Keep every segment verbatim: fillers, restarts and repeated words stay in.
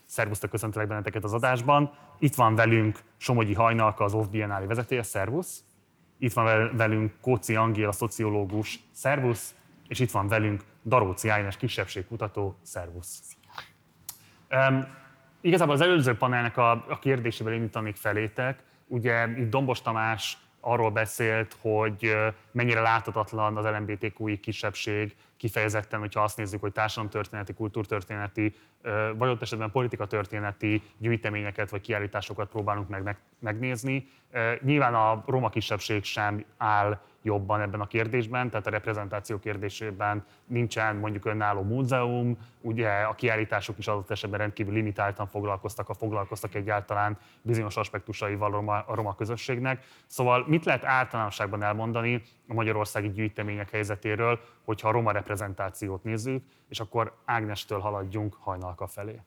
Szervusztok, köszöntelek benneteket az adásban. Itt van velünk Somogyi Hajnalka, az Off Biennale vezetője, szervusz. Itt van velünk Kóczi Angéla, szociológus, szervusz. És itt van velünk Daróczi Ágnes, kisebbségkutató, szervusz. Um, igazából az előző panelnek a, a kérdésével indítanék felétek. Ugye itt Dombos Tamás arról beszélt, hogy mennyire láthatatlan az el em bé té kú i kisebbség, kifejezetten, hogyha azt nézzük, hogy társadalomtörténeti, kultúrtörténeti, vagy ott esetben politikatörténeti gyűjteményeket vagy kiállításokat próbálunk meg, meg megnézni. Nyilván a roma kisebbség sem áll jobban ebben a kérdésben, tehát a reprezentáció kérdésében nincsen mondjuk önálló múzeum, ugye a kiállítások is adott esetben rendkívül limitáltan foglalkoztak, ha foglalkoztak egyáltalán bizonyos aspektusaival a roma, a roma közösségnek. Szóval mit lehet általánosságban elmondani a magyarországi gyűjtemények helyzetéről, hogyha a roma reprezentációt nézzük, és akkor Ágnestől haladjunk Hajnalka felé.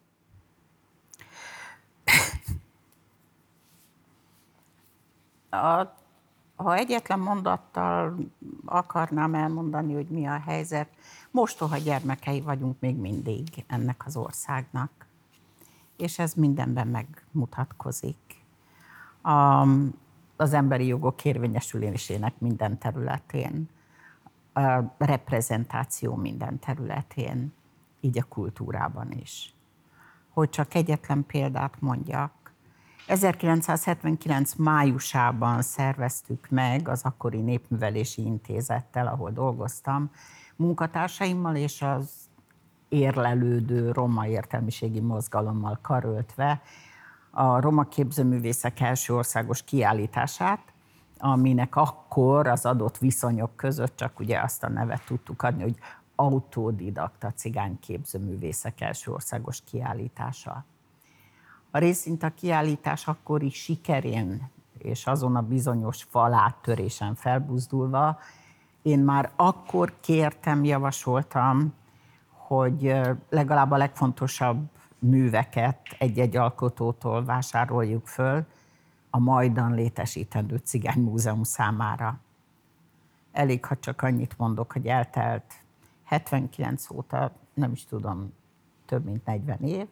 A, ha egyetlen mondattal akarnám elmondani, hogy mi a helyzet, mostoha gyermekei vagyunk még mindig ennek az országnak, és ez mindenben megmutatkozik. A, az emberi jogok érvényesülésének minden területén, a reprezentáció minden területén, így a kultúrában is. Hogy csak egyetlen példát mondjak, ezerkilencszázhetvenkilenc májusában szerveztük meg az akkori Népművelési Intézettel, ahol dolgoztam, munkatársaimmal és az érlelődő roma értelmiségi mozgalommal karöltve a Roma Képzőművészek első országos kiállítását, aminek akkor az adott viszonyok között csak ugye azt a nevet tudtuk adni, hogy autodidakta cigány képzőművészek első országos kiállítása. A részint a kiállítás akkori sikerén és azon a bizonyos faláttörésen felbuzdulva, én már akkor kértem, javasoltam, hogy legalább a legfontosabb műveket egy-egy alkotótól vásároljuk föl a majdan létesítendő cigánymúzeum számára. Elég, ha csak annyit mondok, hogy eltelt hetvenkilenc óta, nem is tudom, több mint negyven év,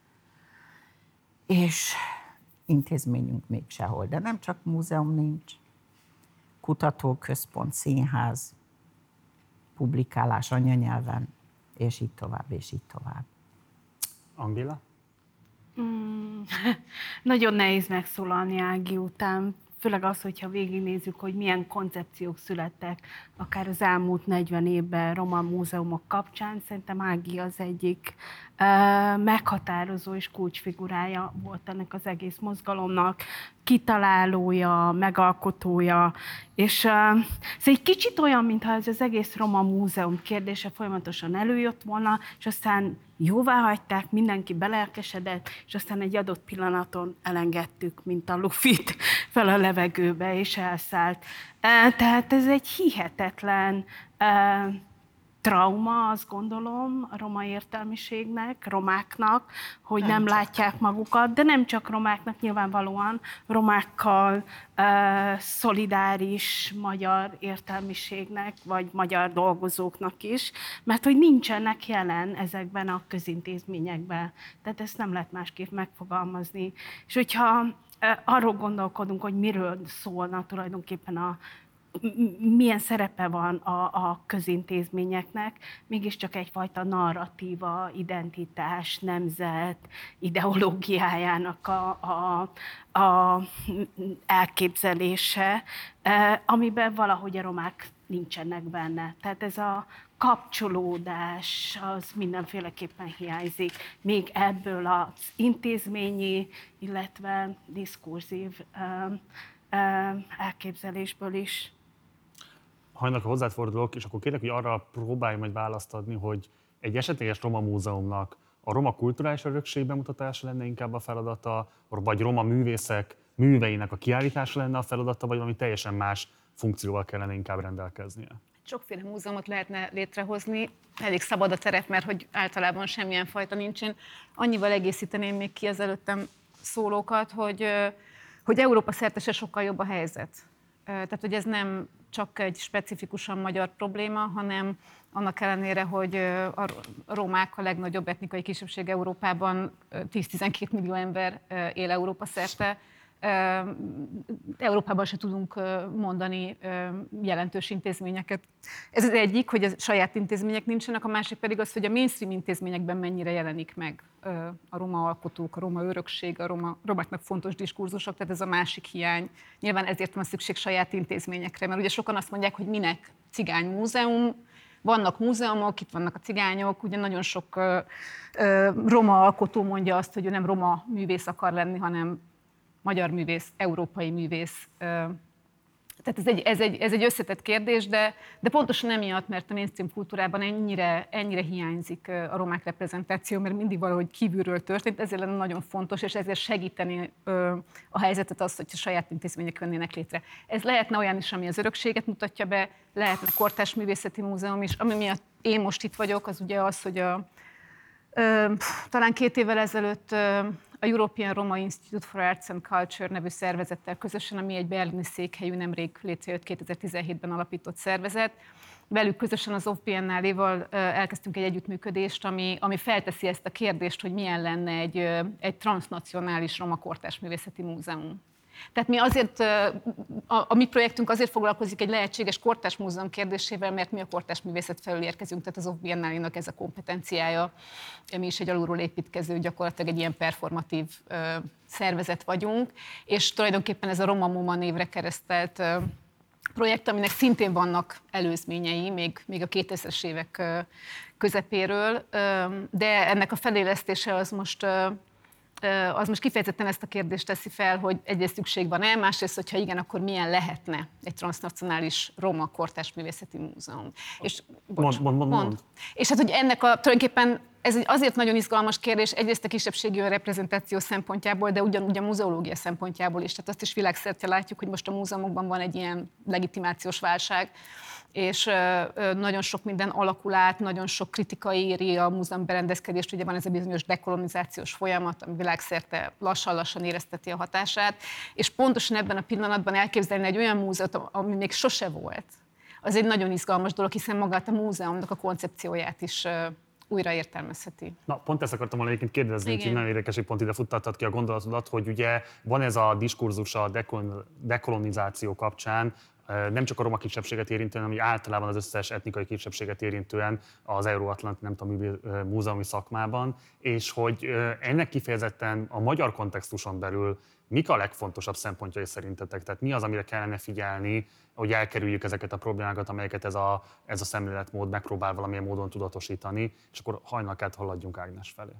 és intézményünk még sehol. De nem csak múzeum nincs, kutatóközpont, színház, publikálás anyanyelven, és így tovább, és így tovább. Angéla? Mm, nagyon nehéz megszólalni Ági után, főleg az, hogyha végignézzük, hogy milyen koncepciók születtek akár az elmúlt negyven évben roma múzeumok kapcsán. Szerintem Ági az egyik uh, meghatározó és kulcsfigurája volt ennek az egész mozgalomnak, kitalálója, megalkotója, és uh, ez egy kicsit olyan, mintha ez az egész roma múzeum kérdése folyamatosan előjött volna, és aztán jóvá hagyták, mindenki belelkesedett, és aztán egy adott pillanaton elengedtük, mint a lufit fel a levegőbe, és elszállt. Tehát ez egy hihetetlen trauma, azt gondolom, a roma értelmiségnek, romáknak, hogy nem, nem látják magukat, de nem csak romáknak, nyilvánvalóan romákkal uh, szolidáris magyar értelmiségnek, vagy magyar dolgozóknak is, mert hogy nincsenek jelen ezekben a közintézményekben. Tehát ezt nem lehet másképp megfogalmazni. És hogyha uh, arról gondolkodunk, hogy miről szólna tulajdonképpen a milyen szerepe van a, a közintézményeknek, mégiscsak egyfajta narratíva, identitás, nemzet, ideológiájának a, a, a elképzelése, amiben valahogy a romák nincsenek benne. Tehát ez a kapcsolódás az mindenféleképpen hiányzik, még ebből az intézményi, illetve diskurzív elképzelésből is. Hajnalka, hozzád fordulok, és akkor kérlek, hogy arra próbálj majd választ adni, hogy egy esetleges roma múzeumnak a roma kulturális örökség bemutatása lenne inkább a feladata, vagy roma művészek műveinek a kiállítása lenne a feladata, vagy valami teljesen más funkcióval kellene inkább rendelkeznie? Sokféle múzeumot lehetne létrehozni, elég szabad a terep, mert hogy általában semmilyen fajta nincsen. Annyival egészíteném még ki az előttem szólókat, hogy, hogy Európa szerte se sokkal jobb a helyzet. Tehát, hogy ez nem csak egy specifikusan magyar probléma, hanem annak ellenére, hogy a romák a legnagyobb etnikai kisebbség Európában, tíz-tizenkét millió ember él Európa szerte, Európában se tudunk mondani jelentős intézményeket. Ez az egyik, hogy a saját intézmények nincsenek, a másik pedig az, hogy a mainstream intézményekben mennyire jelenik meg a roma alkotók, a roma örökség, a roma, romáknak fontos diskurzusok, tehát ez a másik hiány. Nyilván ezért van szükség saját intézményekre, mert ugye sokan azt mondják, hogy minek cigánymúzeum, vannak múzeumok, itt vannak a cigányok, ugye nagyon sok uh, uh, roma alkotó mondja azt, hogy ő nem roma művész akar lenni, hanem magyar művész, európai művész. Tehát ez egy, ez egy, ez egy összetett kérdés, de, de pontosan emiatt, mert a mainstream kultúrában ennyire, ennyire hiányzik a romák reprezentáció, mert mindig valahogy kívülről történt, ezért lenne nagyon fontos, és ezért segíteni a helyzetet az, hogyha saját intézmények jönnének létre. Ez lehetne olyan is, ami az örökséget mutatja be, lehetne kortárs művészeti múzeum is. Ami miatt én most itt vagyok, az ugye az, hogy a, talán két évvel ezelőtt a European Roma Institute for Arts and Culture nevű szervezettel közösen, ami egy berlini székhelyű, nemrég létrejött kétezer-tizenhétben alapított szervezet. Velük közösen az o ef Biennáléval elkezdtünk egy együttműködést, ami, ami felteszi ezt a kérdést, hogy milyen lenne egy, egy transnacionális roma kortárs művészeti múzeum. Tehát mi azért, a, a mi projektünk azért foglalkozik egy lehetséges kortárs múzeum kérdésével, mert mi a kortárs művészet felől érkezünk, tehát az o ef Biennálénak ez a kompetenciája. Mi is egy alulról építkező, gyakorlatilag egy ilyen performatív uh, szervezet vagyunk, és tulajdonképpen ez a Roma MoMA névre keresztelt uh, projekt, aminek szintén vannak előzményei, még, még a kétezres évek uh, közepéről, uh, de ennek a felélesztése az most uh, az most kifejezetten ezt a kérdést teszi fel, hogy egyrészt szükség van-e, másrészt, hogyha igen, akkor milyen lehetne egy transznacionális roma kortárs művészeti múzeum. És, bocs, mond, mond, mond, mond. És hát, hogy ennek a, tulajdonképpen ez egy azért nagyon izgalmas kérdés, egyrészt a kisebbségi reprezentáció szempontjából, de ugyanúgy a muzeológia szempontjából is. Tehát azt is világszerte látjuk, hogy most a múzeumokban van egy ilyen legitimációs válság, és nagyon sok minden alakul át, nagyon sok kritika éri a múzeum berendezkedést, ugye van ez a bizonyos dekolonizációs folyamat, ami világszerte lassan-lassan érezteti a hatását, és pontosan ebben a pillanatban elképzelni egy olyan múzeumot, ami még sose volt, az egy nagyon izgalmas dolog, hiszen magát a múzeumnak a koncepcióját is újra értelmezheti. Na, pont ezt akartam volna egyébként kérdezni, hogy nagyon érdekes, hogy pont ide futtattad ki a gondolatodat, hogy ugye van ez a diskurzus a dekolonizáció kapcsán, nem csak a roma kisebbséget érintően, hanem általában az összes etnikai kisebbséget érintően az Euróatlanti, nem tudom, múzeumi szakmában, és hogy ennek kifejezetten a magyar kontextuson belül mik a legfontosabb szempontjai szerintetek? Tehát mi az, amire kellene figyelni, hogy elkerüljük ezeket a problémákat, amelyeket ez a, ez a szemléletmód megpróbál valamilyen módon tudatosítani, és akkor hajnalkát haladjunk Ágnes felé.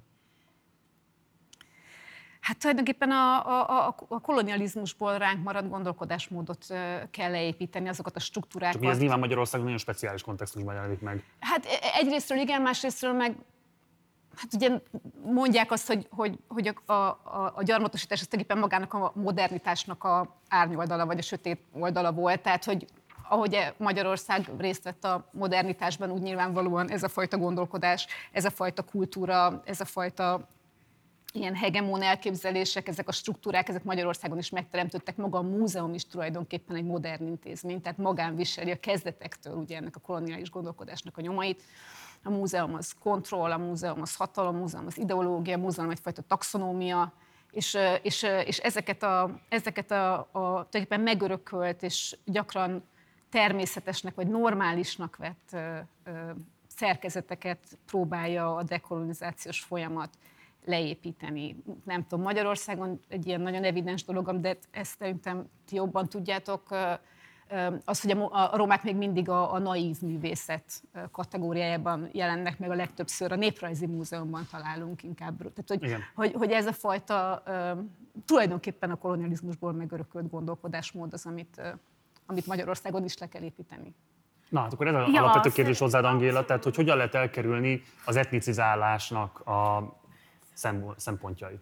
Hát tulajdonképpen a, a, a kolonializmusból ránk maradt gondolkodásmódot kell leépíteni, azokat a struktúrákat. Csak mi ez nyilván Magyarországon nagyon speciális kontextusban jelenik meg. Hát egyrésztről igen, másrésztről meg hát ugye mondják azt, hogy, hogy, hogy a, a, a gyarmatosítás az tulajdonképpen magának a modernitásnak a árnyoldala, vagy a sötét oldala volt, tehát hogy ahogy Magyarország részt vett a modernitásban, úgy nyilvánvalóan ez a fajta gondolkodás, ez a fajta kultúra, ez a fajta ilyen hegemón elképzelések, ezek a struktúrák, ezek Magyarországon is megteremtődtek. Maga a múzeum is tulajdonképpen egy modern intézmény, tehát magán viseli a kezdetektől ugye ennek a koloniális gondolkodásnak a nyomait. A múzeum az kontroll, a múzeum az hatalom, a múzeum az ideológia, a múzeum egyfajta taxonómia, és, és, és ezeket a, ezeket a, a tulajdonképpen megörökölt és gyakran természetesnek vagy normálisnak vett ö, ö, szerkezeteket próbálja a dekolonizációs folyamat leépíteni. Nem tudom, Magyarországon egy ilyen nagyon evidens dolog, de ezt szerintem ti jobban tudjátok, az, hogy a romák még mindig a, a naív művészet kategóriájában jelennek meg a legtöbbször, a Néprajzi Múzeumban találunk inkább. Tehát, hogy, hogy, hogy ez a fajta tulajdonképpen a kolonializmusból megörökölt gondolkodásmód az, amit, amit Magyarországon is le kell építeni. Na, hát akkor ez az ja, alapvető kérdés hozzád, Angéla, tehát hogy hogyan lehet elkerülni az etnicizálásnak a szempontjait?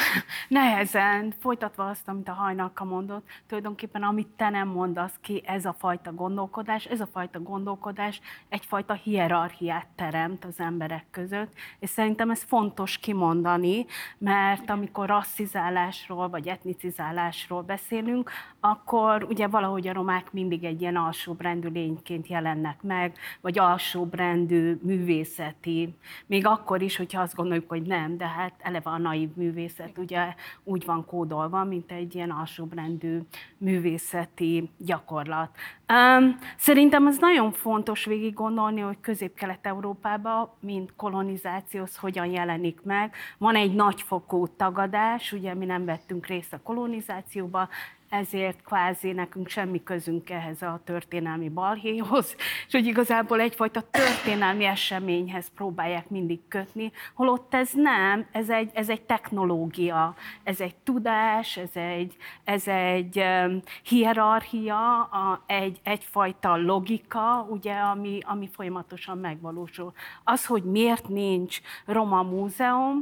nehezen, folytatva azt, amit a Hajnalka mondott, tulajdonképpen amit te nem mondasz ki, ez a fajta gondolkodás, ez a fajta gondolkodás egyfajta hierarchiát teremt az emberek között, és szerintem ez fontos kimondani, mert amikor rasszizálásról vagy etnicizálásról beszélünk, akkor ugye valahogy a romák mindig egy ilyen alsóbrendű lényként jelennek meg, vagy alsóbrendű művészeti, még akkor is, hogyha azt gondoljuk, hogy nem, de hát eleve a naív művészet ugye úgy van kódolva, mint egy ilyen alsóbrendű művészeti gyakorlat. Um, szerintem ez nagyon fontos végig gondolni, hogy Közép-Kelet-Európában, mint kolonizációhoz hogyan jelenik meg. Van egy nagyfokú tagadás, ugye mi nem vettünk részt a kolonizációba, ezért kvázi nekünk semmi közünk ehhez a történelmi balhéhoz, és hogy igazából egyfajta történelmi eseményhez próbálják mindig kötni, holott ez nem, ez egy, ez egy technológia, ez egy tudás, ez egy, ez egy um, hierarchia, a, egy, egyfajta logika, ugye, ami, ami folyamatosan megvalósul. Az, hogy miért nincs Roma Múzeum,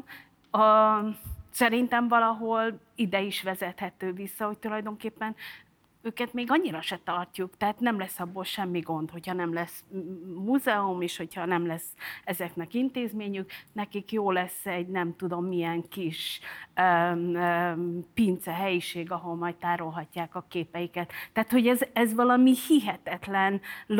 uh, szerintem valahol ide is vezethető vissza, hogy tulajdonképpen őket még annyira se tartjuk, tehát nem lesz abból semmi gond, hogyha nem lesz múzeum, és hogyha nem lesz ezeknek intézményük, nekik jó lesz egy nem tudom milyen kis um, um, pince helyiség, ahol majd tárolhatják a képeiket. Tehát, hogy ez, ez valami hihetetlen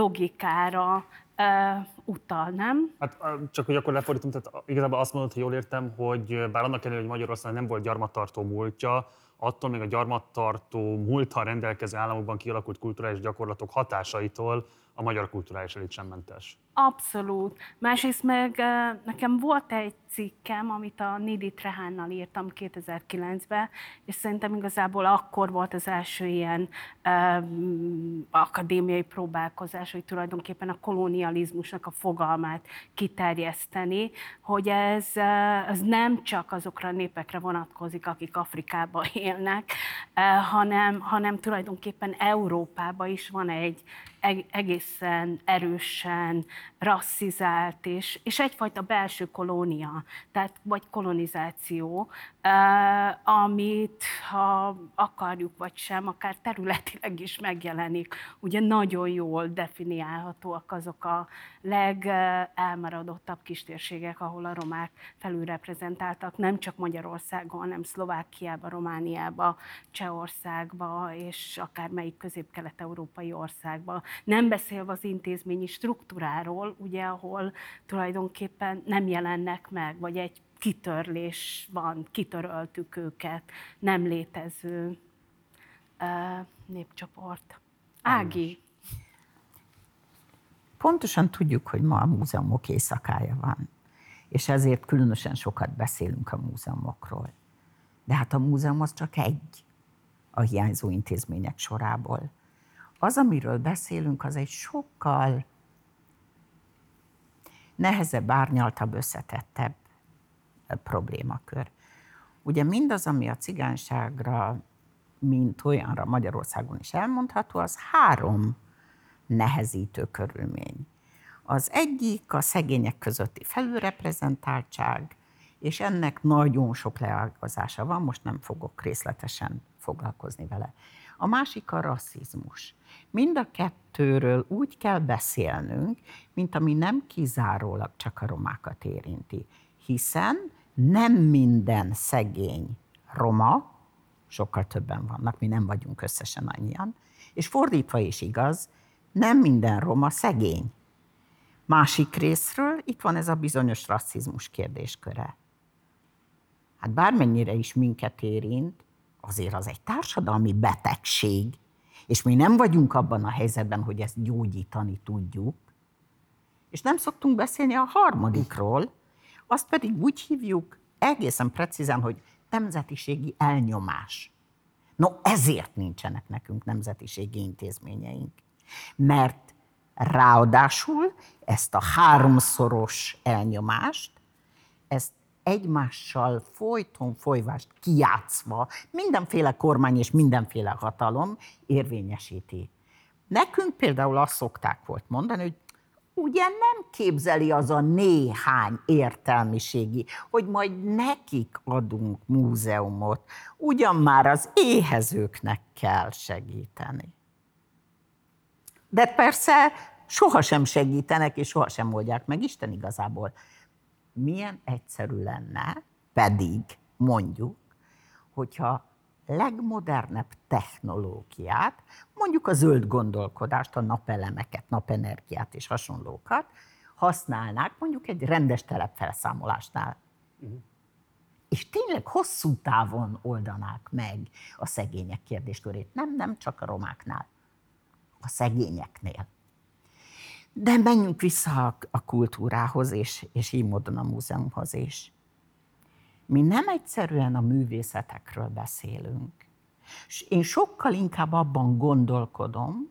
logikára Uh, utal, nem? Hát csak hogy akkor lefordítom, tehát igazából azt mondod, hogy jól értem, hogy bár annak ellenére, hogy Magyarországon nem volt gyarmattartó múltja, attól még a gyarmattartó múlttal rendelkező államokban kialakult kulturális gyakorlatok hatásaitól a magyar kulturális elit sem mentes. Abszolút. Másrészt meg nekem volt egy cikkem, amit a Nidi Trehánnal írtam kétezer-kilencben, és szerintem igazából akkor volt az első ilyen um, akadémiai próbálkozás, hogy tulajdonképpen a kolonializmusnak a fogalmát kiterjeszteni, hogy ez, ez nem csak azokra a népekre vonatkozik, akik Afrikában élnek, hanem, hanem tulajdonképpen Európában is van egy egészen erősen rasszizált, és, és egyfajta belső kolónia, tehát, vagy kolonizáció, amit, ha akarjuk vagy sem, akár területileg is megjelenik. Ugye nagyon jól definiálhatóak azok a legelmaradottabb kistérségek, ahol a romák felülreprezentáltak, nem csak Magyarországon, hanem Szlovákiában, Romániában, Csehországban, és akár melyik közép-kelet-európai országban. Nem beszélve az intézményi struktúráról, ugye, ahol tulajdonképpen nem jelennek meg, vagy egy kitörlés van, kitöröltük őket, nem létező uh, népcsoport. Ági. Pontosan tudjuk, hogy ma a múzeumok éjszakája van, és ezért különösen sokat beszélünk a múzeumokról. De hát a múzeum az csak egy a hiányzó intézmények sorából. Az, amiről beszélünk, az egy sokkal nehezebb, árnyaltabb, összetettebb problémakör. Ugye mindaz, ami a cigányságra, mint olyanra Magyarországon is elmondható, az három nehezítő körülmény. Az egyik a szegények közötti felülreprezentáltság, és ennek nagyon sok leágazása van, most nem fogok részletesen foglalkozni vele. A másik a rasszizmus. Mind a kettőről úgy kell beszélnünk, mint ami nem kizárólag csak a romákat érinti, hiszen nem minden szegény roma, sokkal többen vannak, mi nem vagyunk összesen annyian, és fordítva is igaz, nem minden roma szegény. Másik részről itt van ez a bizonyos rasszizmus kérdésköre. Hát bármennyire is minket érint, azért az egy társadalmi betegség, és mi nem vagyunk abban a helyzetben, hogy ezt gyógyítani tudjuk. És nem szoktunk beszélni a harmadikról, azt pedig úgy hívjuk egészen precízen, hogy nemzetiségi elnyomás. No, ezért nincsenek nekünk nemzetiségi intézményeink. Mert ráadásul ezt a háromszoros elnyomást, ezt egymással folyton folyvást kijátszva mindenféle kormány és mindenféle hatalom érvényesíti. Nekünk például azt szokták volt mondani, hogy ugye nem képzeli az a néhány értelmiségi, hogy majd nekik adunk múzeumot, ugyan már az éhezőknek kell segíteni. De persze sohasem segítenek, és sohasem oldják meg Isten igazából. Milyen egyszerű lenne, pedig mondjuk, hogyha legmodernebb technológiát, mondjuk a zöld gondolkodást, a napelemeket, napenergiát és hasonlókat használnák mondjuk egy rendes telepfelszámolásnál. Uh-huh. És tényleg hosszú távon oldanák meg a szegények kérdéskörét. Nem, nem csak a romáknál, a szegényeknél. De menjünk vissza a kultúrához, és, és így módon a múzeumhoz is. Mi nem egyszerűen a művészetekről beszélünk. Én sokkal inkább abban gondolkodom,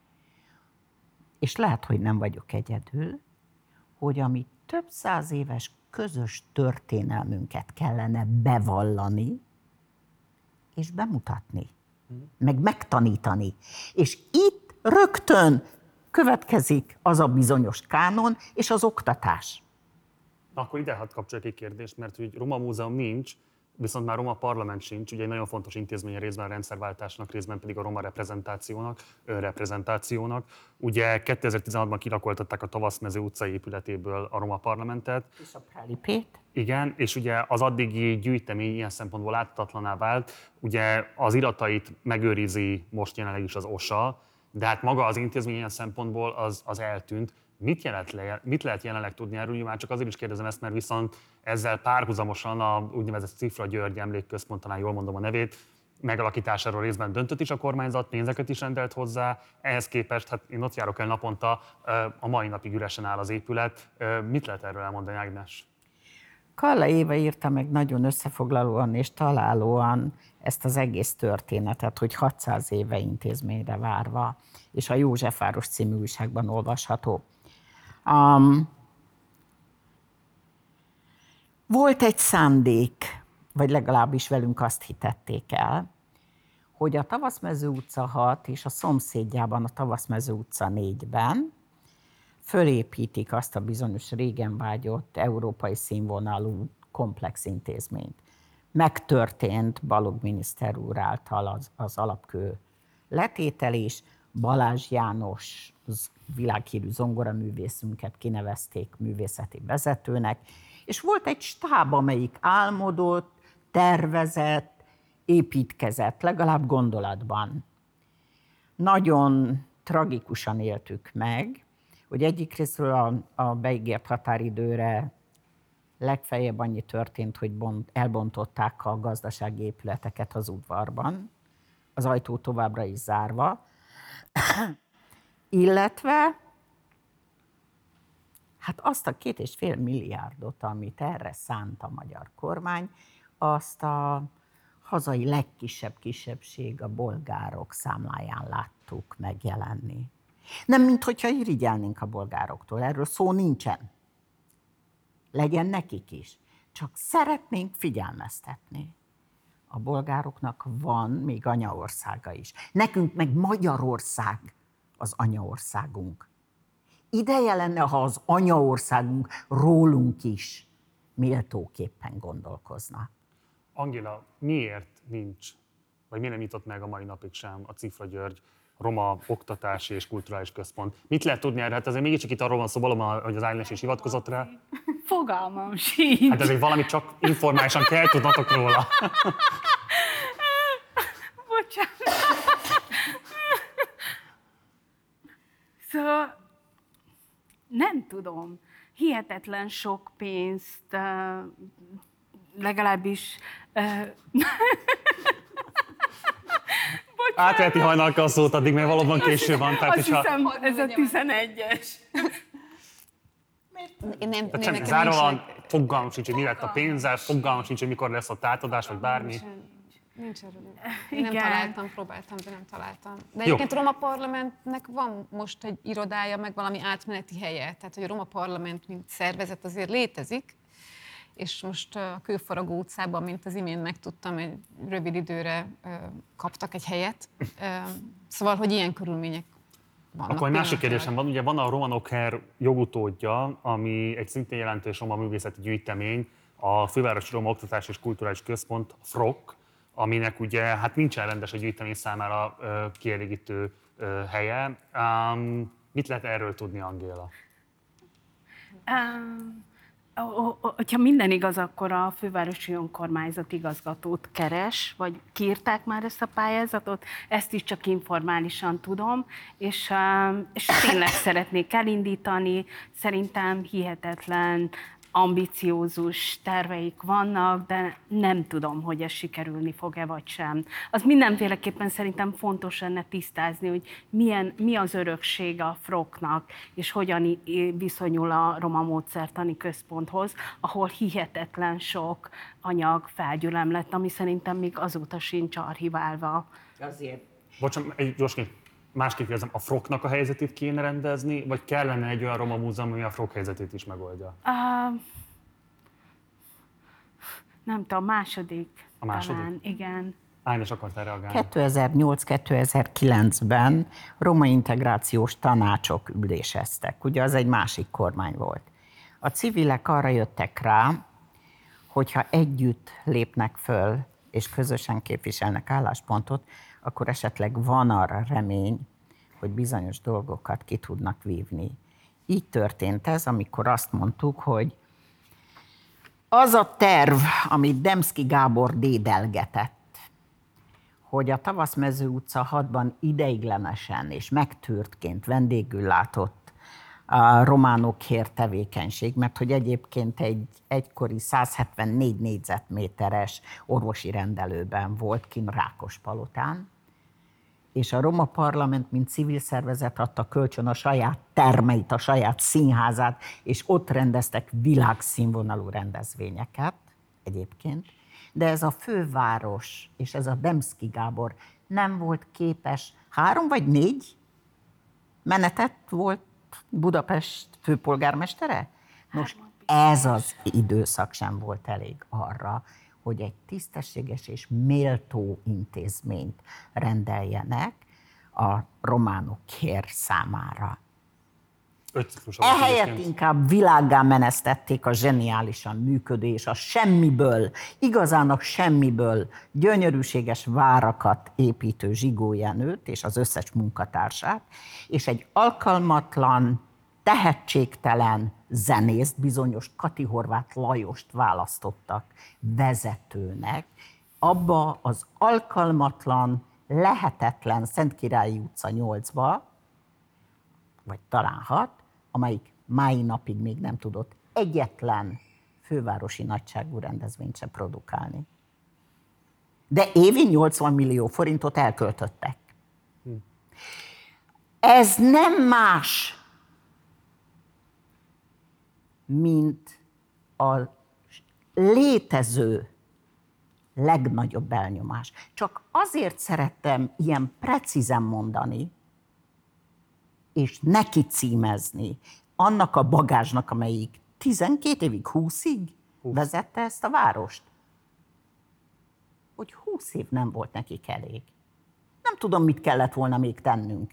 és lehet, hogy nem vagyok egyedül, hogy ami több száz éves közös történelmünket kellene bevallani, és bemutatni, meg megtanítani. És itt rögtön következik az a bizonyos kánon és az oktatás. Na, akkor ide hadd kapcsoljak egy kérdést, mert hogy Roma Múzeum nincs, viszont már Roma Parlament sincs, ugye egy nagyon fontos intézmény részben a rendszerváltásnak, részben pedig a roma reprezentációnak. reprezentációnak. Ugye kétezer-tizenhatban kirakoltatták a Tavaszmező utcai épületéből a Roma Parlamentet. És a Prálipét. Igen, és ugye az addigi gyűjtemény ilyen szempontból láthatatlaná vált. Ugye az iratait megőrizi most jelenleg is az o es á, de hát maga az intézmény ilyen szempontból az, az eltűnt. Mit, jelent, mit lehet jelenleg tudni erről? Már csak azért is kérdezem ezt, mert viszont ezzel párhuzamosan a úgynevezett Cifra György Emlékközpont, talán jól mondom a nevét, megalakításáról részben döntött is a kormányzat, pénzeket is rendelt hozzá. Ehhez képest, hát én ott járok el naponta, a mai napig üresen áll az épület. Mit lehet erről elmondani, Ágnes? Kalla Éva írta meg nagyon összefoglalóan és találóan ezt az egész történetet, hogy hatszáz éve intézményre várva, és a Józsefváros című újságban olvasható. Um, volt egy szándék, vagy legalábbis velünk azt hitették el, hogy a Tavaszmező utca hat és a szomszédjában a Tavaszmező utca négyben fölépítik azt a bizonyos régen vágyott európai színvonalú komplex intézményt. Megtörtént Balogh miniszter úr által az, az alapkő letételés, Balázs János világhírű zongoraművészünket kinevezték művészeti vezetőnek, és volt egy stáb, amelyik álmodott, tervezett, építkezett, legalább gondolatban. Nagyon tragikusan éltük meg, hogy egyik részről a, a beígért határidőre legfeljebb annyi történt, hogy bont, elbontották a gazdasági épületeket az udvarban, az ajtó továbbra is zárva, illetve hát azt a két és fél milliárdot, amit erre szánt a magyar kormány, azt a hazai legkisebb kisebbség, a bolgárok számláján láttuk megjelenni. Nem, minthogyha irigyelnénk a bolgároktól, erről szó nincsen. Legyen nekik is. Csak szeretnénk figyelmeztetni. A bolgároknak van még anyaországa is. Nekünk meg Magyarország az anyaországunk. Ideje lenne, ha az anyaországunk rólunk is méltóképpen gondolkozna. Angéla, miért nincs, vagy miért nem nyitott meg a mai napig sem a Cifra György Roma Oktatási és Kulturális Központ? Mit lehet tudni erre? Hát azért mégiscsak itt arról van szó, valóban, hogy az Ágnes is hivatkozott rá. Fogalmam sincs. Hát ezért valamit csak informálisan kell tudnatok róla. Bocsánat. Szóval nem tudom. Hihetetlen sok pénzt, legalábbis... Átveheti hajnalka a szót, addig még valóban késő van. Tehát, azt hiszem, ez a tizenegyes. Én nem, Tehát nem, semmi zárólag, nincs, fogalmam sincs, hogy mi lett a pénzzel, fogalmam sincs, hogy mikor lesz ott átadás, vagy bármi. Nincs, nincs erről. Én nem Igen. találtam, próbáltam, de nem találtam. De egyébként a Roma Parlamentnek van most egy irodája, meg valami átmeneti helye. Tehát, hogy a Roma Parlament, mint szervezet azért létezik, és most a Kőfaragó utcában, mint az imént megtudtam, egy rövid időre kaptak egy helyet. Szóval, hogy ilyen körülmények Vannak Akkor egy másik például. kérdésem van, ugye van a Romanokher jogutódja, ami egy szintén jelentős roma művészeti gyűjtemény, a Fővárosi Roma Oktatási és Kulturális Központ, a FROK, aminek ugye hát nincsen rendes a gyűjtemény számára ö, kielégítő ö, helye. Um, mit lehet erről tudni, Angéla? Um, hogyha minden igaz, akkor a fővárosi önkormányzat igazgatót keres, vagy kiírták már ezt a pályázatot, ezt is csak informálisan tudom, és, és tényleg szeretnék elindítani, szerintem hihetetlen, ambiciózus terveik vannak, de nem tudom, hogy ez sikerülni fog-e vagy sem. Az mindenféleképpen szerintem fontos lenne tisztázni, hogy milyen, mi az öröksége a froknak, és hogyan viszonyul a Roma Módszertani Központhoz, ahol hihetetlen sok anyag felgyülemlett, ami szerintem még azóta sincs archiválva. Azért. Bocsánat, egy gyorsként, másképp kérdezem, a froknak a helyzetét kéne rendezni, vagy kellene egy olyan roma múzeum, ami a frok helyzetét is megoldja? Uh, nem tudom, második. A második? Talán, igen. Ágnes akart erre reagálni. kétezer-nyolc kétezer-kilencben roma integrációs tanácsok üléseztek. Ugye az egy másik kormány volt. A civilek arra jöttek rá, hogyha együtt lépnek föl, és közösen képviselnek álláspontot, akkor esetleg van arra remény, hogy bizonyos dolgokat ki tudnak vívni. Így történt ez, amikor azt mondtuk, hogy az a terv, amit Demszky Gábor dédelgetett, hogy a Tavaszmező utca hatban ideiglenesen és megtűrtként vendégül látott a Romanokher tevékenység, mert hogy egyébként egy egykori száz hetvennégy négyzetméteres orvosi rendelőben volt kint Rákospalotán, és a Roma Parlament, mint civil szervezet adta kölcsön a saját termeit, a saját színházát, és ott rendeztek világszínvonalú rendezvényeket egyébként, de ez a főváros és ez a Demszky Gábor nem volt képes, három vagy négy menetet volt Budapest főpolgármestere? Nos, ez az időszak sem volt elég arra, hogy egy tisztességes és méltó intézményt rendeljenek a Romanokher számára. Ehelyett inkább világgá menesztették a zseniálisan működő és a semmiből, igazán a semmiből gyönyörűséges várakat építő Zsigó Jenőt és az összes munkatársát, és egy alkalmatlan, tehetségtelen zenészt, bizonyos Kati Horváth Lajost választottak vezetőnek, abba az alkalmatlan, lehetetlen Szentkirályi utca nyolcba, vagy talán hat, amelyik mai napig még nem tudott egyetlen fővárosi nagyságú rendezvényt se produkálni. De évi nyolcvan millió forintot elköltöttek. Hm. Ez nem más, mint a létező legnagyobb elnyomás. Csak azért szerettem ilyen precízen mondani, és neki címezni annak a bagázsnak, amelyik tizenkét évig, húszig vezette ezt a várost, hogy húsz év nem volt nekik elég. Nem tudom, mit kellett volna még tennünk.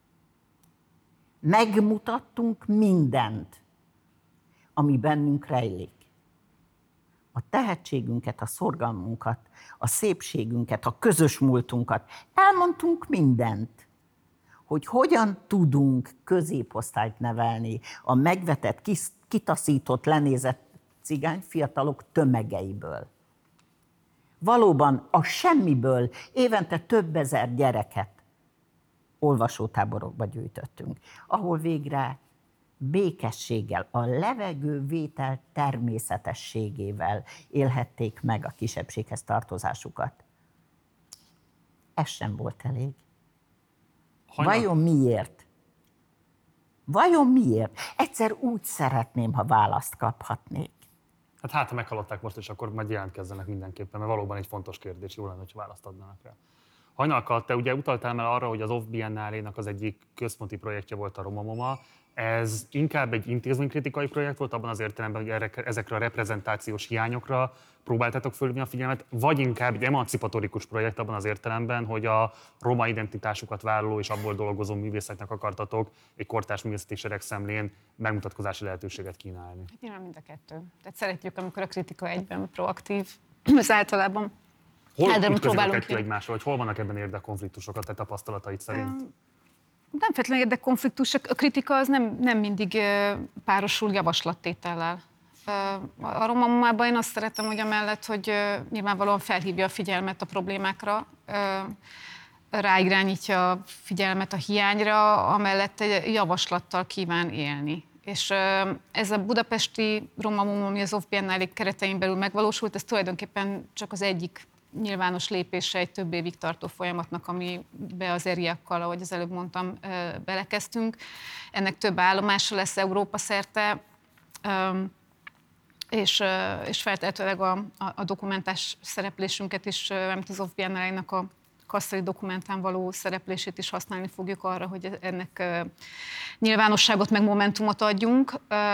Megmutattunk mindent, ami bennünk rejlik. A tehetségünket, a szorgalmunkat, a szépségünket, a közös múltunkat. Elmondtunk mindent, hogy hogyan tudunk középosztályt nevelni a megvetett, kitaszított, lenézett cigány fiatalok tömegeiből. Valóban a semmiből évente több ezer gyereket olvasótáborokba gyűjtöttünk, ahol végre békességgel, a levegővétel természetességével élhették meg a kisebbséghez tartozásukat. Ez sem volt elég. Hajna. Vajon miért? Vajon miért? Egyszer úgy szeretném, ha választ kaphatnék. Hát hát, ha meghallották most, és akkor majd jelentkezzenek mindenképpen, mert valóban egy fontos kérdés, jó lenne, hogyha választ adnának rá. Hajnalka, te ugye utaltál már arra, hogy az Off Biennálénak az egyik központi projektje volt a RomaMoMA. Ez inkább egy intézménykritikai projekt volt, abban az értelemben, hogy erre, ezekre a reprezentációs hiányokra próbáltátok fölhívni a figyelmet, vagy inkább egy emancipatorikus projekt abban az értelemben, hogy a roma identitásukat vállaló és abból dolgozó művészeknek akartatok egy kortárs művészeti seregszemlén megmutatkozási lehetőséget kínálni. Hát nyilván mind a kettő. Tehát szeretjük, amikor a kritika egyben proaktív, ez általában. Hol Hát, de ütközik a próbálunk kettő egymásra, vagy hol vannak ebben érdekkonfliktusok a te tapasztalataid szerint? Nem feltétlenül érdekkonfliktus, a kritika az nem, nem mindig párosul javaslattétellel. A RomaMoMában én azt szeretem, hogy amellett, hogy nyilvánvalóan felhívja a figyelmet a problémákra, ráirányítja a figyelmet a hiányra, amellett egy javaslattal kíván élni. És ez a budapesti RomaMoMA, ami az Off Biennale keretein belül megvalósult, ez tulajdonképpen csak az egyik nyilvános lépése egy több évig tartó folyamatnak, amiben az eriakkal, ahogy az előbb mondtam, belekezdtünk. Ennek több állomása lesz Európa szerte, és, és feltétlenül a, a, a dokumentás szereplésünket is, amit az Off Biennale-nak a kasszai dokumentán való szereplését is használni fogjuk arra, hogy ennek nyilvánosságot meg momentumot adjunk.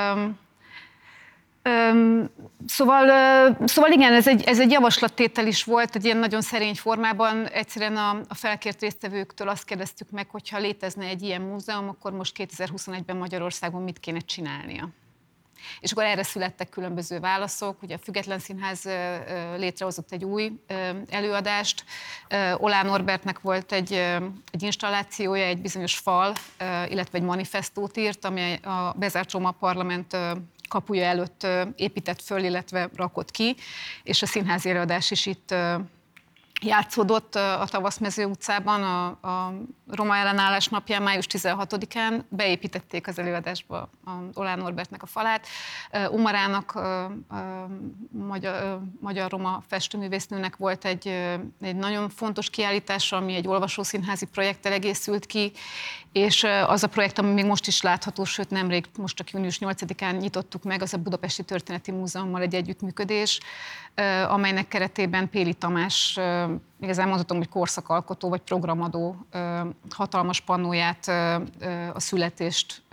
Szóval, szóval igen, ez egy, ez egy javaslattétel is volt, egy ilyen nagyon szerény formában. Egyszerűen a, a felkért résztvevőktől azt kérdeztük meg, hogy ha létezne egy ilyen múzeum, akkor most kétezer-huszonegyben Magyarországon mit kéne csinálnia. És akkor erre születtek különböző válaszok. Ugye a Független Színház létrehozott egy új előadást. Oláh Norbertnek volt egy, egy installációja, egy bizonyos fal, illetve egy manifestót írt, ami a bezárt Roma Parlament kapuja előtt épített föl, illetve rakott ki, és a színházi előadás is itt játszódott a Tavaszmező utcában, a, a Roma ellenállás napján, május tizenhatodikán beépítették az előadásba a Oláh Norbertnek a falát. Umarának, a, a magyar, magyar roma festőművésznőnek volt egy, egy nagyon fontos kiállítása, ami egy olvasószínházi projekttel egészült ki, és az a projekt, ami még most is látható, sőt nemrég, most csak június nyolcadikán nyitottuk meg, az a Budapesti Történeti Múzeummal egy együttműködés, amelynek keretében Péli Tamás, igazán mondhatom, hogy korszakalkotó vagy programadó hatalmas pannóját, a születést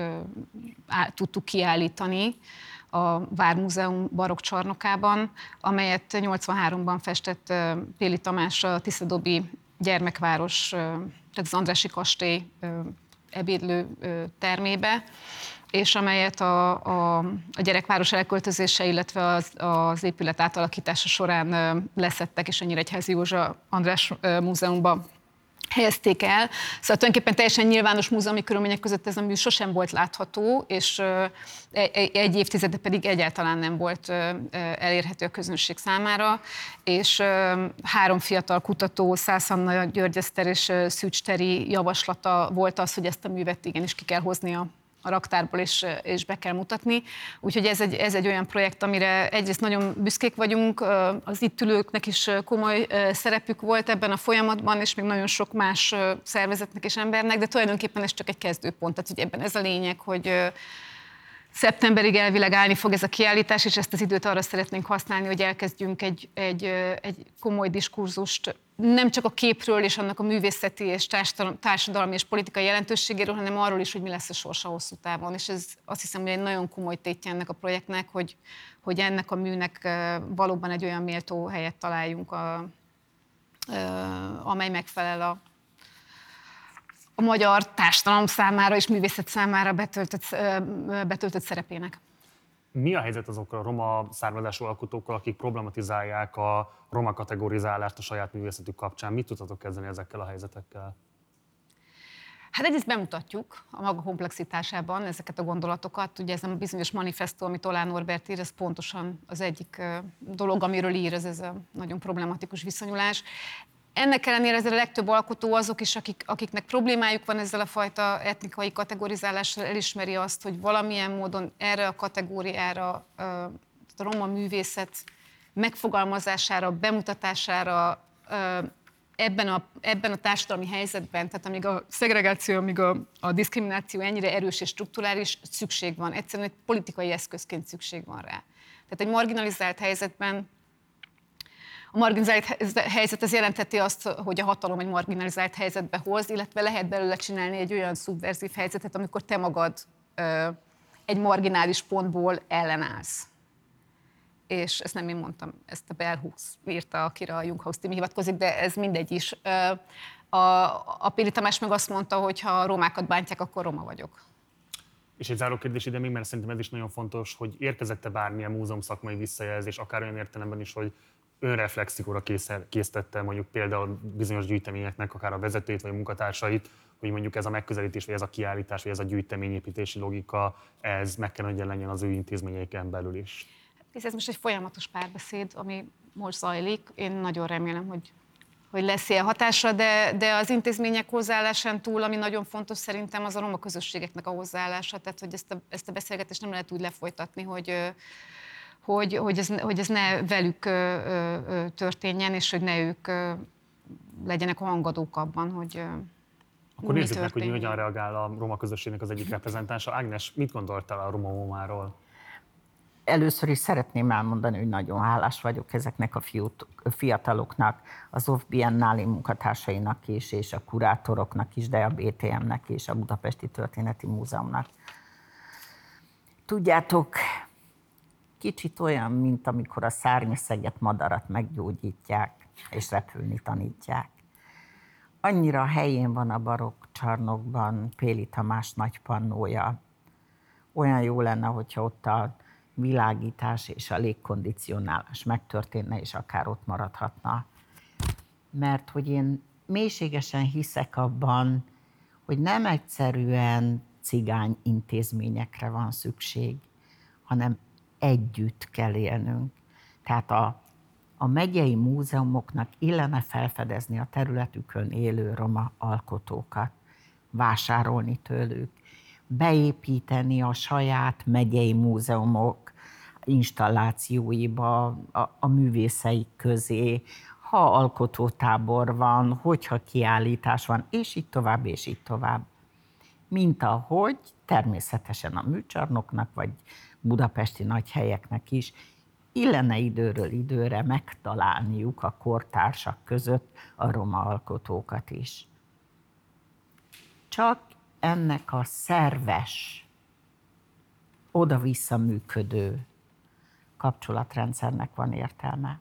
tudtuk kiállítani a Vármúzeum barokk csarnokában, amelyet nyolcvanháromban festett Péli Tamás a Tiszadobi gyermekváros, tehát az Andrássy kastély ebédlő termébe, és amelyet a, a, a gyerekváros elköltözése, illetve az, az épület átalakítása során leszettek, és a Nyíregyházi Józsa András Múzeumban helyezték el. Szóval tulajdonképpen teljesen nyilvános múzeumi körülmények között ez a mű sosem volt látható, és egy évtizede pedig egyáltalán nem volt elérhető a közönség számára, és három fiatal kutató, Szász Anna, György Eszter és Szűcs Teri javaslata volt az, hogy ezt a művet igenis ki kell hozni a a raktárból, és, és be kell mutatni. Úgyhogy ez egy, ez egy olyan projekt, amire egyrészt nagyon büszkék vagyunk, az itt ülőknek is komoly szerepük volt ebben a folyamatban, és még nagyon sok más szervezetnek és embernek, de tulajdonképpen ez csak egy kezdőpont. Tehát hogy ebben ez a lényeg, hogy szeptemberig elvileg állni fog ez a kiállítás, és ezt az időt arra szeretnénk használni, hogy elkezdjünk egy, egy, egy komoly diskurzust, nem csak a képről és annak a művészeti és társadalmi és politikai jelentőségéről, hanem arról is, hogy mi lesz a sorsa hosszú távon. És ez azt hiszem, hogy egy nagyon komoly tétje ennek a projektnek, hogy, hogy ennek a műnek valóban egy olyan méltó helyet találjunk, a, amely megfelel a a magyar társadalom számára és művészet számára betöltött, betöltött szerepének. Mi a helyzet azokkal a roma származású alkotókkal, akik problematizálják a roma kategorizálást a saját művészetük kapcsán? Mit tudhatok kezdeni ezekkel a helyzetekkel? Hát egyrészt bemutatjuk a maga komplexitásában ezeket a gondolatokat. Ugye ez a bizonyos manifestó, amit Oláh Norbert ír, ez pontosan az egyik dolog, amiről ír, ez, ez a nagyon problematikus viszonyulás. Ennek ellenére ezzel a legtöbb alkotó azok is, akik, akiknek problémájuk van ezzel a fajta etnikai kategorizálással, elismeri azt, hogy valamilyen módon erre a kategóriára, a roma művészet megfogalmazására, bemutatására, ebben a, ebben a társadalmi helyzetben, tehát amíg a szegregáció, amíg a, a diszkrimináció ennyire erős és strukturális, szükség van. Egyszerűen egy politikai eszközként szükség van rá. Tehát egy marginalizált helyzetben A marginalizált helyzet az jelenteti azt, hogy a hatalom egy marginalizált helyzetbe hoz, illetve lehet belőle csinálni egy olyan szubverzív helyzetet, amikor te magad ö, egy marginális pontból ellenállsz. És ezt nem én mondtam, ezt a Bell Hooks írta, akire a Junghaus Timi hivatkozik, de ez mindegy is. A, a Péli Tamás meg azt mondta, hogy ha romákat bántják, akkor roma vagyok. És egy záró kérdés ide még, mert szerintem ez is nagyon fontos, hogy érkezett-e bármilyen múzeum szakmai visszajelzés, akár olyan értelemben is, hogy önreflexikóra késztette mondjuk például bizonyos gyűjteményeknek, akár a vezetőit vagy a munkatársait, hogy mondjuk ez a megközelítés, vagy ez a kiállítás, vagy ez a gyűjteményépítési logika, ez meg kell, hogy legyen az ő intézményeiken belül is. Ez most egy folyamatos párbeszéd, ami most zajlik. Én nagyon remélem, hogy, hogy lesz ilyen hatása, de, de az intézmények hozzáállásán túl, ami nagyon fontos szerintem, az a roma közösségeknek a hozzáállása. Tehát, hogy ezt a, ezt a beszélgetést nem lehet úgy lefolytatni, hogy, hogy, hogy, ez, hogy ez ne velük történjen, és hogy ne ők legyenek a hangadók abban, hogy Akkor nézzük meg, hogy hogyan reagál a roma közösségnek az egyik reprezentánsa. Ágnes, mit gondoltál a Roma Momáról? Először is szeretném elmondani, hogy nagyon hálás vagyok ezeknek a fiataloknak, az Off Biennale munkatársainak is, és a kurátoroknak is, de a bé té em-nek és a Budapesti Történeti Múzeumnak. Tudjátok, kicsit olyan, mint amikor a szárnyaszeget, madarat meggyógyítják, és repülni tanítják. Annyira helyén van a barokk csarnokban Péli Tamás nagy pannója. Olyan jó lenne, hogyha ott a világítás és a légkondicionálás megtörténne, és akár ott maradhatna. Mert hogy én mélységesen hiszek abban, hogy nem egyszerűen cigány intézményekre van szükség, hanem együtt kell élnünk. Tehát a, a megyei múzeumoknak illene felfedezni a területükön élő roma alkotókat, vásárolni tőlük, beépíteni a saját megyei múzeumok installációiba, a, a művészeik közé, ha alkotótábor van, hogyha kiállítás van, és így tovább, és így tovább. Mint ahogy természetesen a műcsarnoknak, vagy budapesti nagy helyeknek is illene időről időre megtalálniuk a kortársak között a roma alkotókat is. Csak ennek a szerves, oda-vissza működő kapcsolatrendszernek van értelme.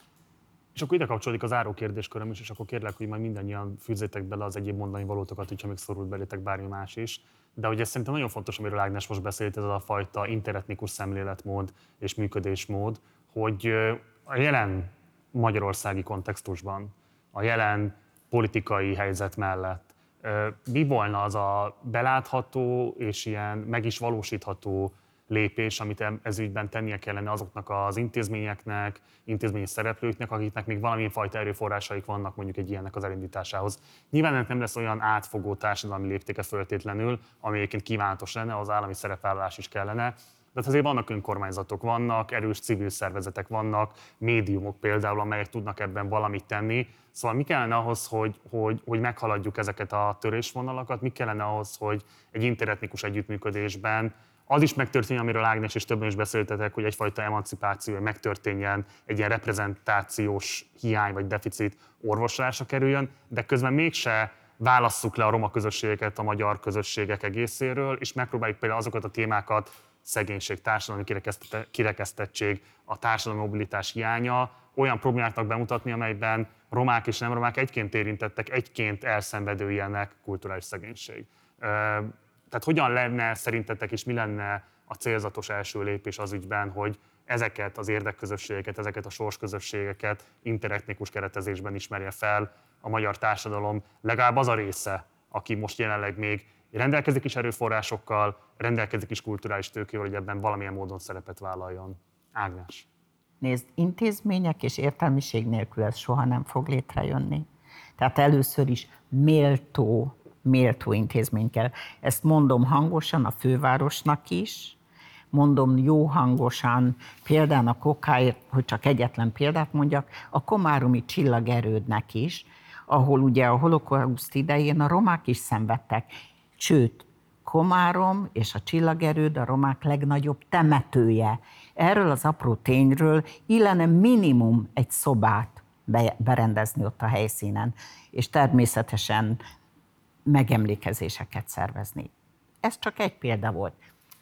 És akkor ide kapcsolódik az áró kérdésköröm is, és akkor kérlek, hogy majd mindannyian fűzzétek bele az egyéb mondani valótokat, hogyha még szorult belétek bármi más is. De ugye szerintem nagyon fontos, amiről Ágnes most beszélt, ez a fajta interetnikus szemléletmód és működésmód, hogy a jelen magyarországi kontextusban, a jelen politikai helyzet mellett mi volna az a belátható és ilyen meg is valósítható lépés, amit ez ügyben tennie kellene azoknak az intézményeknek, intézményi szereplőknek, akiknek még valamilyen fajta erőforrásaik vannak mondjuk egy ilyennek az elindításához. Nyilván nem lesz olyan átfogó társadalmi léptéke föltétlenül, ami egyébként kívánatos lenne, az állami szerepvállalás is kellene, de azért vannak önkormányzatok, vannak erős civil szervezetek, vannak médiumok például, amelyek tudnak ebben valamit tenni. Szóval mi kellene ahhoz, hogy, hogy, hogy meghaladjuk ezeket a törésvonalakat, mi kellene ahhoz, hogy egy interetnikus együttműködésben az is megtörténjen, amiről Ágnes és többen is beszéltetek, hogy egyfajta emancipáció megtörténjen, egy ilyen reprezentációs hiány vagy deficit orvoslásra kerüljön, de közben mégse válasszuk le a roma közösségeket a magyar közösségek egészéről, és megpróbáljuk például azokat a témákat, szegénység, társadalmi kirekesztettség, a társadalmi mobilitás hiánya, olyan problémáknak bemutatni, amelyben romák és nem romák egyként érintettek, egyként elszenvedői ennek kulturális szegénység. Tehát hogyan lenne szerintetek, és mi lenne a célzatos első lépés az ügyben, hogy ezeket az érdekközösségeket, ezeket a sorsközösségeket interetnikus keretezésben ismerje fel a magyar társadalom, legalább az a része, aki most jelenleg még rendelkezik is erőforrásokkal, rendelkezik is kulturális tőkével, hogy ebben valamilyen módon szerepet vállaljon. Ágnes. Nézd, intézmények és értelmiség nélkül ez soha nem fog létrejönni. Tehát először is méltó, méltó intézmény kell. Ezt mondom hangosan a fővárosnak is, mondom jó hangosan, például a Kokáért, hogy csak egyetlen példát mondjak, a komáromi csillagerődnek is, ahol ugye a holokauszt idején a romák is szenvedtek. Sőt, Komárom és a Csillagerőd a romák legnagyobb temetője. Erről az apró tényről illene minimum egy szobát berendezni ott a helyszínen, és természetesen megemlékezéseket szervezni. Ez csak egy példa volt.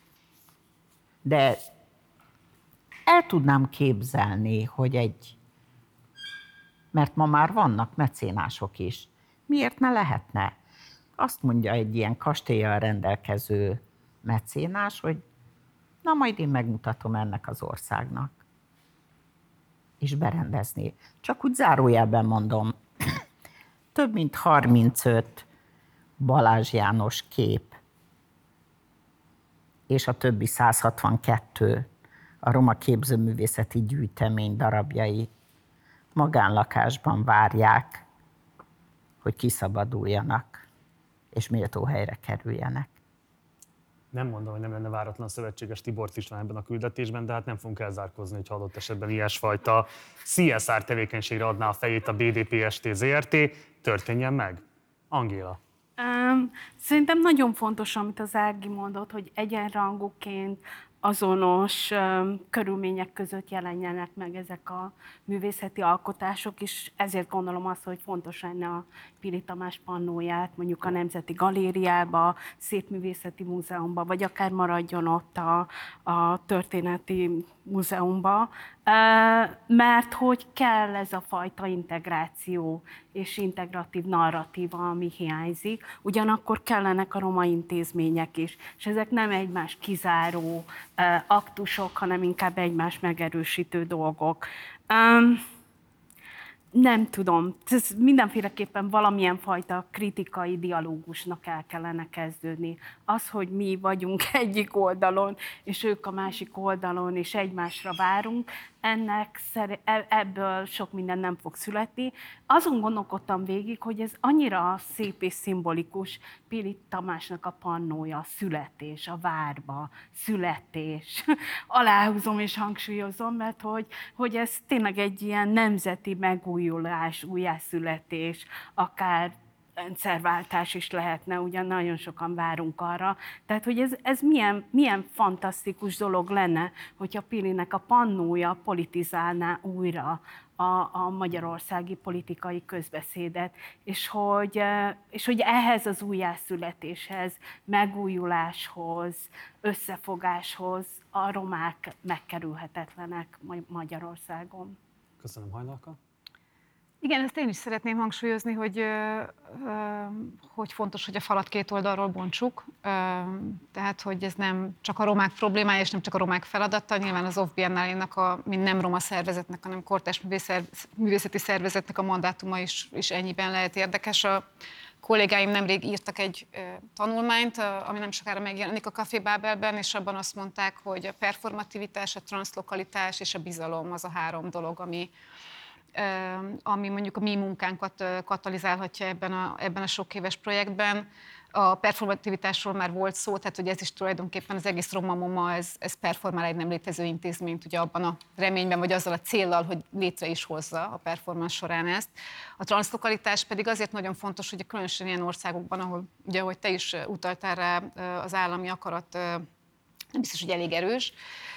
De el tudnám képzelni, hogy egy, mert ma már vannak mecénások is, miért ne lehetne? Azt mondja egy ilyen kastéllyal rendelkező mecénás, hogy na majd én megmutatom ennek az országnak. És berendezni. Csak úgy zárójelben mondom, több mint harmincöt Balázs János kép, és a többi száz hatvankettő a Roma Képzőművészeti Gyűjtemény darabjai magánlakásban várják, hogy kiszabaduljanak, és méltó helyre kerüljenek. Nem mondom, hogy nem lenne váratlan szövetséges Tibor István ebben a küldetésben, de hát nem fogunk elzárkózni, hogy adott esetben ilyesfajta cé es er tevékenységre adná a fejét a bé dé pé es té zé er té. Történjen meg? Angéla. Um, szerintem nagyon fontos, amit az Ági mondott, hogy egyenrangúként, azonos um, körülmények között jelenjenek meg ezek a művészeti alkotások, és ezért gondolom azt, hogy fontos lenne a Pili Tamás pannóját mondjuk a Nemzeti Galériába, Szépművészeti Múzeumba, vagy akár maradjon ott a, a Történeti Múzeumba, mert hogy kell ez a fajta integráció és integratív narratíva, ami hiányzik, ugyanakkor kellenek a roma intézmények is, és ezek nem egymás kizáró aktusok, hanem inkább egymás megerősítő dolgok. Nem tudom, ez mindenféleképpen valamilyen fajta kritikai dialógusnak el kellene kezdődni. Az, hogy mi vagyunk egyik oldalon, és ők a másik oldalon, és egymásra várunk, ennek ebből sok minden nem fog születni. Azon gondolkodtam végig, hogy ez annyira szép és szimbolikus, Pili Tamásnak a pannója, a születés, a várba, születés. Aláhúzom és hangsúlyozom, mert hogy, hogy ez tényleg egy ilyen nemzeti megújulás, újjászületés, akár rendszerváltás is lehetne, ugyan nagyon sokan várunk arra. Tehát, hogy ez, ez milyen, milyen fantasztikus dolog lenne, hogyha Pilinek a pannója politizálná újra a, a magyarországi politikai közbeszédet, és hogy, és hogy ehhez az újjászületéshez, megújuláshoz, összefogáshoz a romák megkerülhetetlenek Magyarországon. Köszönöm, Hajnalka. Igen, ezt én is szeretném hangsúlyozni, hogy, hogy fontos, hogy a falat két oldalról bontsuk. Tehát, hogy ez nem csak a romák problémája, és nem csak a romák feladata. Nyilván az Off Biennálénak, a, mint nem roma szervezetnek, hanem kortárs művészeti szervezetnek a mandátuma is, is ennyiben lehet érdekes. A kollégáim nemrég írtak egy tanulmányt, ami nem sokára megjelenik a Café Bábelben, és abban azt mondták, hogy a performativitás, a transzlokalitás és a bizalom az a három dolog, ami ami mondjuk a mi munkánkat katalizálhatja ebben a, ebben a sok éves projektben. A performativitásról már volt szó, tehát hogy ez is tulajdonképpen az egész Roma Moma, ez, ez performál egy nem létező intézményt, ugye abban a reményben, vagy azzal a céllal, hogy létre is hozza a performance során ezt. A transzlokalitás pedig azért nagyon fontos, hogy különösen ilyen országokban, ahol ugye, ahogy te is utaltál rá, az állami akarat nem biztos, hogy elég erős,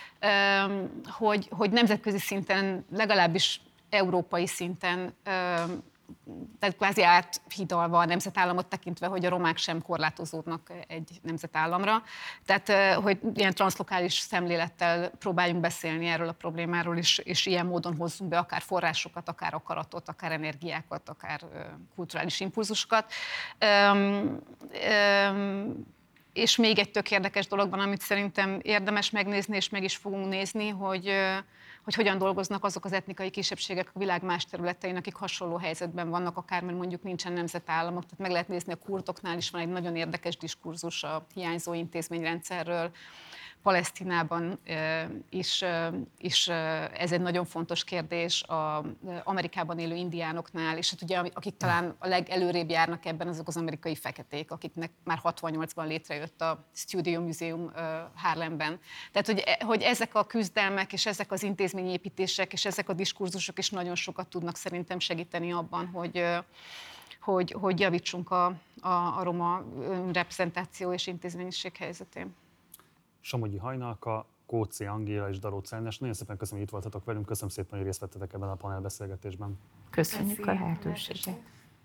hogy, hogy nemzetközi szinten legalábbis európai szinten, tehát kvázi áthidalva a nemzetállamot tekintve, hogy a romák sem korlátozódnak egy nemzetállamra. Tehát, hogy ilyen transzlokális szemlélettel próbáljunk beszélni erről a problémáról, és, és ilyen módon hozzunk be akár forrásokat, akár akaratot, akár energiákat, akár kulturális impulzusokat. Um, um, és még egy tök érdekes dolog van, amit szerintem érdemes megnézni, és meg is fogunk nézni, hogy hogy hogyan dolgoznak azok az etnikai kisebbségek a világ más területein, akik hasonló helyzetben vannak, akár mert mondjuk nincsen nemzetállamok. Tehát meg lehet nézni, a kurdoknál is van egy nagyon érdekes diskurzus a hiányzó intézményrendszerről. Palesztinában is, is ez egy nagyon fontos kérdés, az Amerikában élő indiánoknál, és hát ugye akik talán a legelőrébb járnak ebben, azok az amerikai feketék, akiknek már hatvannyolcban létrejött a Studio Museum Harlemben. Tehát, hogy, hogy ezek a küzdelmek, és ezek az intézményépítések, és ezek a diskurzusok is nagyon sokat tudnak szerintem segíteni abban, hogy hogy, hogy javítsunk a, a, a roma reprezentáció és intézményiség helyzetén. Somogyi Hajnalka, Kóczi Angéla és Darócz Ágnes, nagyon szépen köszönöm, hogy itt voltatok velünk, köszönöm szépen, hogy részt vettetek ebben a panelbeszélgetésben. Köszönjük a lehetőséget.